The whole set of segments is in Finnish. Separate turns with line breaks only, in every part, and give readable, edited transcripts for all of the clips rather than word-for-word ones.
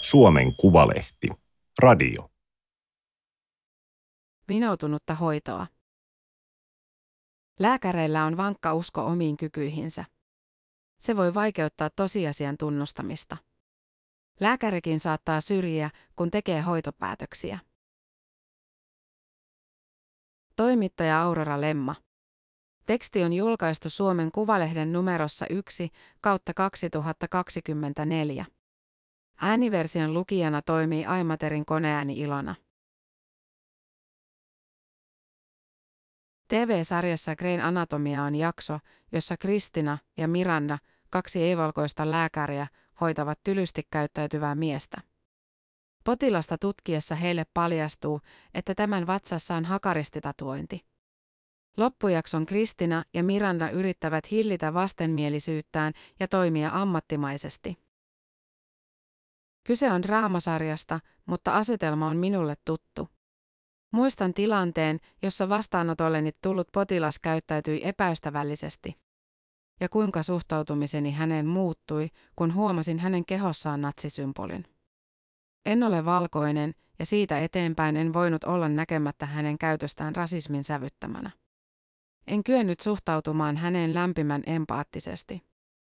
Suomen Kuvalehti. Radio.
Vinoutunutta hoitoa. Lääkäreillä on vankka usko omiin kykyihinsä. Se voi vaikeuttaa tosiasian tunnustamista. Lääkärikin saattaa syrjiä, kun tekee hoitopäätöksiä. Toimittaja Aurora Lemma. Teksti on julkaistu Suomen Kuvalehden numerossa 1/2024. Ääniversion lukijana toimii Aimaterin koneääni Ilona. TV-sarjassa Grayn Anatomia on jakso, jossa Kristina ja Miranda, kaksi ei-valkoista lääkäriä, hoitavat tylysti käyttäytyvää miestä. Potilasta tutkiessa heille paljastuu, että tämän vatsassa on hakaristitatuointi. Loppujakson Kristina ja Miranda yrittävät hillitä vastenmielisyyttään ja toimia ammattimaisesti. Kyse on draamasarjasta, mutta asetelma on minulle tuttu. Muistan tilanteen, jossa vastaanotolleni tullut potilas käyttäytyi epäystävällisesti. Ja kuinka suhtautumiseni häneen muuttui, kun huomasin hänen kehossaan natsisymbolin. En ole valkoinen, ja siitä eteenpäin en voinut olla näkemättä hänen käytöstään rasismin sävyttämänä. En kyennyt suhtautumaan häneen lämpimän empaattisesti.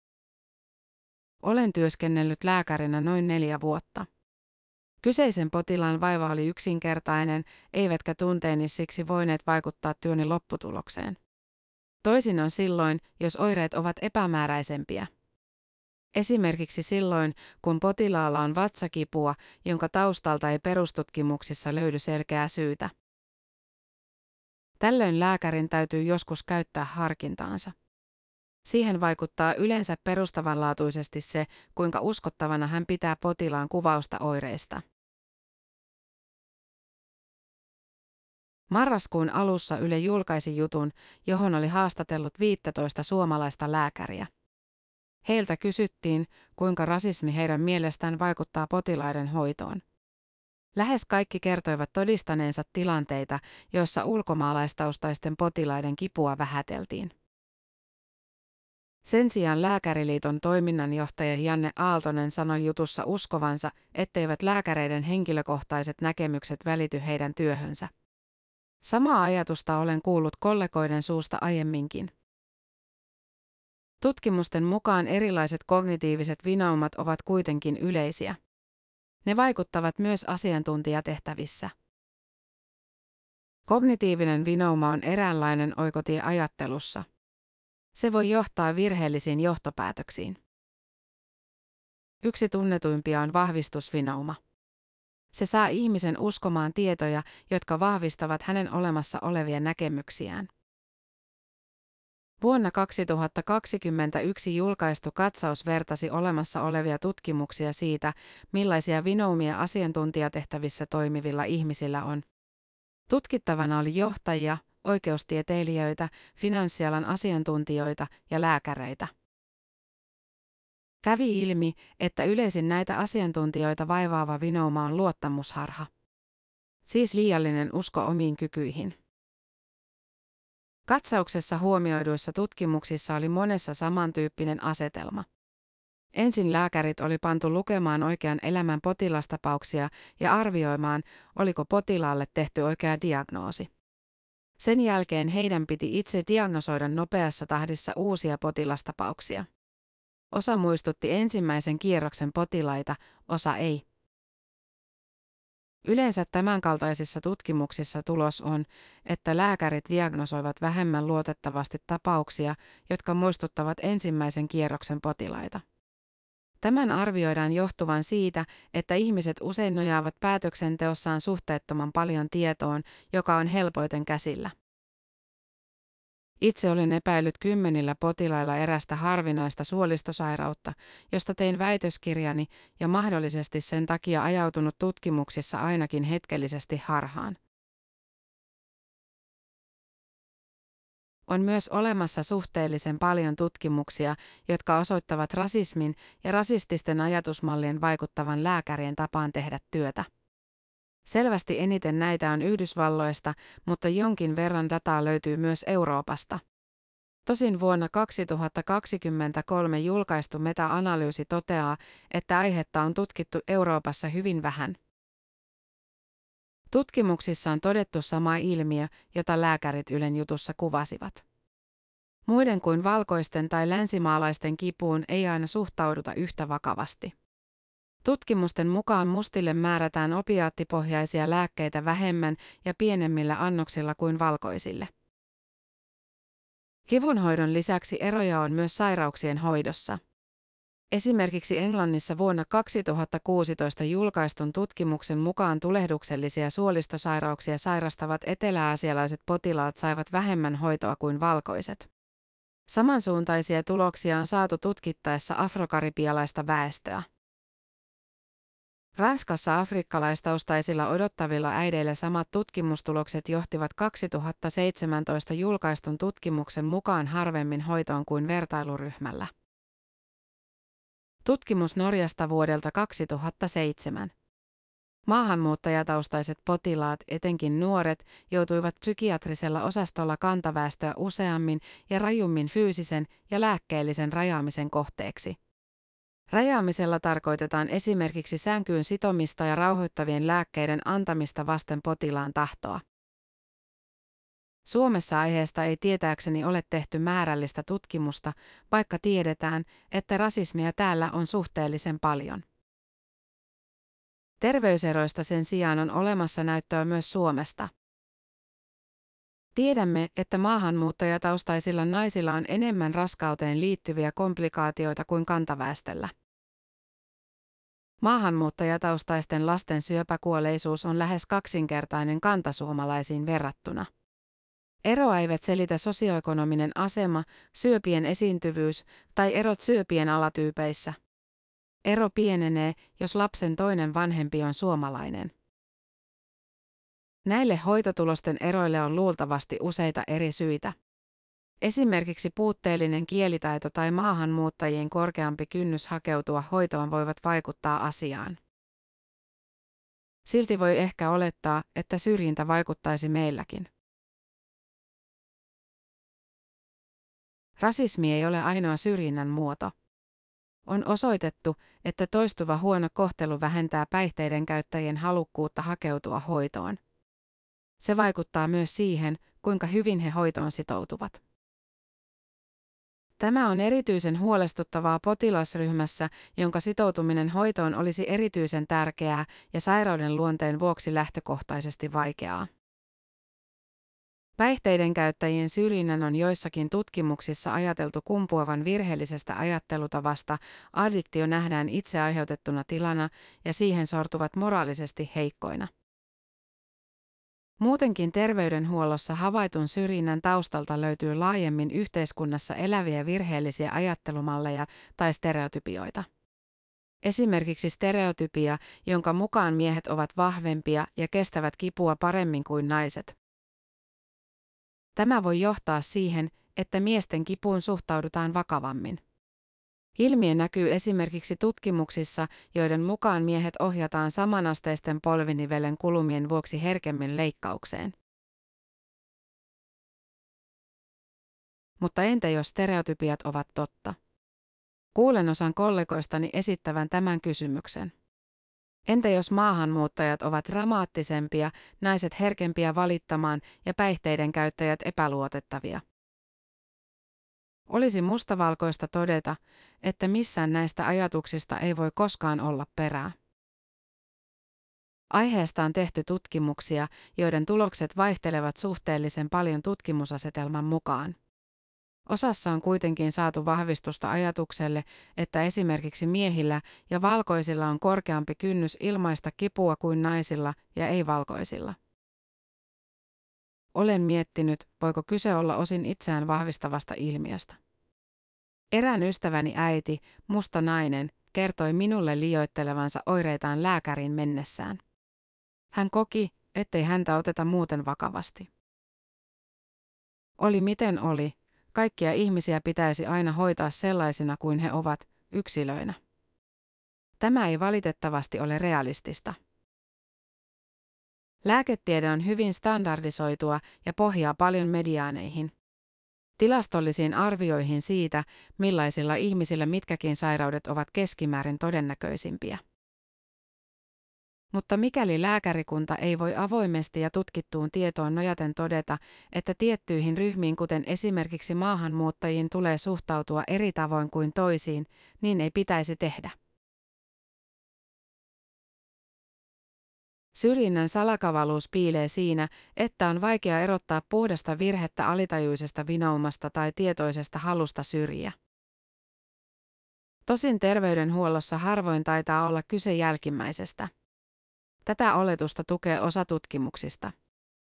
Olen työskennellyt lääkärinä noin 4 vuotta. Kyseisen potilaan vaiva oli yksinkertainen, eivätkä tunteeni siksi voineet vaikuttaa työni lopputulokseen. Toisin on silloin, jos oireet ovat epämääräisempiä. Esimerkiksi silloin, kun potilaalla on vatsakipua, jonka taustalta ei perustutkimuksissa löydy selkeää syytä. Tällöin lääkärin täytyy joskus käyttää harkintaansa. Siihen vaikuttaa yleensä perustavanlaatuisesti se, kuinka uskottavana hän pitää potilaan kuvausta oireista. Marraskuun alussa Yle julkaisi jutun, johon oli haastatellut 15 suomalaista lääkäriä. Heiltä kysyttiin, kuinka rasismi heidän mielestään vaikuttaa potilaiden hoitoon. Lähes kaikki kertoivat todistaneensa tilanteita, joissa ulkomaalaistaustaisten potilaiden kipua vähäteltiin. Sen sijaan Lääkäriliiton toiminnanjohtaja Janne Aaltonen sanoi jutussa uskovansa, etteivät lääkäreiden henkilökohtaiset näkemykset välity heidän työhönsä. Samaa ajatusta olen kuullut kollegoiden suusta aiemminkin. Tutkimusten mukaan erilaiset kognitiiviset vinoumat ovat kuitenkin yleisiä. Ne vaikuttavat myös asiantuntijatehtävissä. Kognitiivinen vinouma on eräänlainen oikotie ajattelussa. Se voi johtaa virheellisiin johtopäätöksiin. Yksi tunnetuimpia on vahvistusvinouma. Se saa ihmisen uskomaan tietoja, jotka vahvistavat hänen olemassa olevia näkemyksiään. Vuonna 2021 julkaistu katsaus vertasi olemassa olevia tutkimuksia siitä, millaisia vinoumia asiantuntijatehtävissä toimivilla ihmisillä on. Tutkittavana oli johtajia, oikeustieteilijöitä, finanssialan asiantuntijoita ja lääkäreitä. Kävi ilmi, että yleisin näitä asiantuntijoita vaivaava vinouma on luottamusharha. Siis liiallinen usko omiin kykyihin. Katsauksessa huomioiduissa tutkimuksissa oli monessa samantyyppinen asetelma. Ensin lääkärit oli pantu lukemaan oikean elämän potilastapauksia ja arvioimaan, oliko potilaalle tehty oikea diagnoosi. Sen jälkeen heidän piti itse diagnosoida nopeassa tahdissa uusia potilastapauksia. Osa muistutti ensimmäisen kierroksen potilaita, osa ei. Yleensä tämänkaltaisissa tutkimuksissa tulos on, että lääkärit diagnosoivat vähemmän luotettavasti tapauksia, jotka muistuttavat ensimmäisen kierroksen potilaita. Tämän arvioidaan johtuvan siitä, että ihmiset usein nojaavat päätöksenteossaan suhteettoman paljon tietoon, joka on helpoiten käsillä. Itse olen epäillyt 10 potilailla erästä harvinaista suolistosairautta, josta tein väitöskirjani ja mahdollisesti sen takia ajautunut tutkimuksissa ainakin hetkellisesti harhaan. On myös olemassa suhteellisen paljon tutkimuksia, jotka osoittavat rasismin ja rasististen ajatusmallien vaikuttavan lääkärien tapaan tehdä työtä. Selvästi eniten näitä on Yhdysvalloista, mutta jonkin verran dataa löytyy myös Euroopasta. Tosin vuonna 2023 julkaistu meta-analyysi toteaa, että aihetta on tutkittu Euroopassa hyvin vähän. Tutkimuksissa on todettu sama ilmiö, jota lääkärit Ylen jutussa kuvasivat. Muiden kuin valkoisten tai länsimaalaisten kipuun ei aina suhtauduta yhtä vakavasti. Tutkimusten mukaan mustille määrätään opiaattipohjaisia lääkkeitä vähemmän ja pienemmillä annoksilla kuin valkoisille. Kivunhoidon lisäksi eroja on myös sairauksien hoidossa. Esimerkiksi Englannissa vuonna 2016 julkaistun tutkimuksen mukaan tulehduksellisia suolistosairauksia sairastavat eteläaasialaiset potilaat saivat vähemmän hoitoa kuin valkoiset. Samansuuntaisia tuloksia on saatu tutkittaessa afrokaribialaista väestöä. Ranskassa afrikkalaistaustaisilla odottavilla äideillä samat tutkimustulokset johtivat 2017 julkaistun tutkimuksen mukaan harvemmin hoitoon kuin vertailuryhmällä. Tutkimus Norjasta vuodelta 2007. Maahanmuuttajataustaiset potilaat, etenkin nuoret, joutuivat psykiatrisella osastolla kantaväestöä useammin ja rajummin fyysisen ja lääkkeellisen rajaamisen kohteeksi. Rajaamisella tarkoitetaan esimerkiksi sänkyyn sitomista ja rauhoittavien lääkkeiden antamista vasten potilaan tahtoa. Suomessa aiheesta ei tietääkseni ole tehty määrällistä tutkimusta, vaikka tiedetään, että rasismia täällä on suhteellisen paljon. Terveyseroista sen sijaan on olemassa näyttöä myös Suomesta. Tiedämme, että maahanmuuttajataustaisilla naisilla on enemmän raskauteen liittyviä komplikaatioita kuin kantaväestöllä. Maahanmuuttajataustaisten lasten syöpäkuolleisuus on lähes kaksinkertainen kantasuomalaisiin verrattuna. Eroa eivät selitä sosioekonominen asema, syöpien esiintyvyys tai erot syöpien alatyypeissä. Ero pienenee, jos lapsen toinen vanhempi on suomalainen. Näille hoitotulosten eroille on luultavasti useita eri syitä. Esimerkiksi puutteellinen kielitaito tai maahanmuuttajien korkeampi kynnys hakeutua hoitoon voivat vaikuttaa asiaan. Silti voi ehkä olettaa, että syrjintä vaikuttaisi meilläkin. Rasismi ei ole ainoa syrjinnän muoto. On osoitettu, että toistuva huono kohtelu vähentää päihteiden käyttäjien halukkuutta hakeutua hoitoon. Se vaikuttaa myös siihen, kuinka hyvin he hoitoon sitoutuvat. Tämä on erityisen huolestuttavaa potilasryhmässä, jonka sitoutuminen hoitoon olisi erityisen tärkeää ja sairauden luonteen vuoksi lähtökohtaisesti vaikeaa. Päihteiden käyttäjien syrjinnän on joissakin tutkimuksissa ajateltu kumpuavan virheellisestä ajattelutavasta, addiktio nähdään itse aiheutettuna tilana ja siihen sortuvat moraalisesti heikkoina. Muutenkin terveydenhuollossa havaitun syrjinnän taustalta löytyy laajemmin yhteiskunnassa eläviä virheellisiä ajattelumalleja tai stereotypioita. Esimerkiksi stereotypia, jonka mukaan miehet ovat vahvempia ja kestävät kipua paremmin kuin naiset. Tämä voi johtaa siihen, että miesten kipuun suhtaudutaan vakavammin. Ilmiö näkyy esimerkiksi tutkimuksissa, joiden mukaan miehet ohjataan samanasteisten polvinivelen kulumien vuoksi herkemmin leikkaukseen. Mutta entä jos stereotypiat ovat totta? Kuulen osan kollegoistani esittävän tämän kysymyksen. Entä jos maahanmuuttajat ovat dramaattisempia, naiset herkempiä valittamaan ja päihteiden käyttäjät epäluotettavia? Olisi mustavalkoista todeta, että missään näistä ajatuksista ei voi koskaan olla perää. Aiheesta on tehty tutkimuksia, joiden tulokset vaihtelevat suhteellisen paljon tutkimusasetelman mukaan. Osassa on kuitenkin saatu vahvistusta ajatukselle, että esimerkiksi miehillä ja valkoisilla on korkeampi kynnys ilmaista kipua kuin naisilla ja ei-valkoisilla. Olen miettinyt, voiko kyse olla osin itseään vahvistavasta ilmiöstä. Erään ystäväni äiti, musta nainen, kertoi minulle liioittelevansa oireitaan lääkäriin mennessään. Hän koki, ettei häntä oteta muuten vakavasti. Oli miten oli, kaikkia ihmisiä pitäisi aina hoitaa sellaisina kuin he ovat, yksilöinä. Tämä ei valitettavasti ole realistista. Lääketiede on hyvin standardisoitua ja pohjaa paljon mediaaneihin. tilastollisiin arvioihin siitä, millaisilla ihmisillä mitkäkin sairaudet ovat keskimäärin todennäköisimpiä. Mutta mikäli lääkärikunta ei voi avoimesti ja tutkittuun tietoon nojaten todeta, että tiettyihin ryhmiin, kuten esimerkiksi maahanmuuttajiin, tulee suhtautua eri tavoin kuin toisiin, niin ei pitäisi tehdä. Syrjinnän salakavaluus piilee siinä, että on vaikea erottaa puhdasta virhettä alitajuisesta vinoumasta tai tietoisesta halusta syrjiä. Tosin terveydenhuollossa harvoin taitaa olla kyse jälkimmäisestä. Tätä oletusta tukee osa tutkimuksista.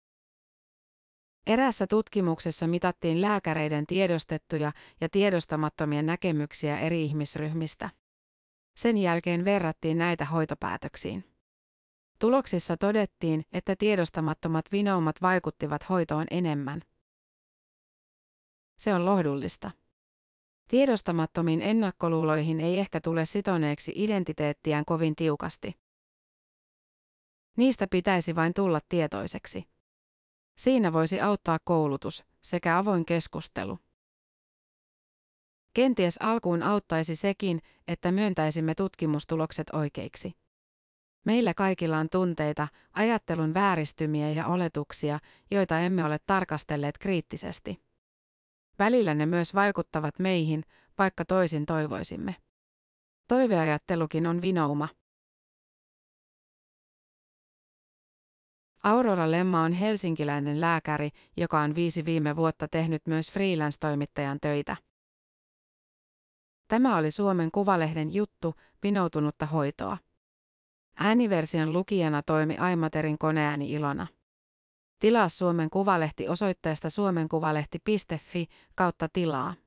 Eräässä tutkimuksessa mitattiin lääkäreiden tiedostettuja ja tiedostamattomia näkemyksiä eri ihmisryhmistä. Sen jälkeen verrattiin näitä hoitopäätöksiin. Tuloksissa todettiin, että tiedostamattomat vinoumat vaikuttivat hoitoon enemmän. Se on lohdullista. Tiedostamattomiin ennakkoluuloihin ei ehkä tule sitoneeksi identiteettiään kovin tiukasti. Niistä pitäisi vain tulla tietoiseksi. Siinä voisi auttaa koulutus sekä avoin keskustelu. Kenties alkuun auttaisi sekin, että myöntäisimme tutkimustulokset oikeiksi. Meillä kaikilla on tunteita, ajattelun vääristymiä ja oletuksia, joita emme ole tarkastelleet kriittisesti. Välillä ne myös vaikuttavat meihin, vaikka toisin toivoisimme. Toiveajattelukin on vinouma. Aurora Lemma on helsinkiläinen lääkäri, joka on 5 viime vuotta tehnyt myös freelance-toimittajan töitä. Tämä oli Suomen Kuvalehden juttu, vinoutunutta hoitoa. Ääniversion lukijana toimi Aimaterin koneääni Ilona. Tilaa Suomen Kuvalehti osoitteesta suomenkuvalehti.fi/tilaa.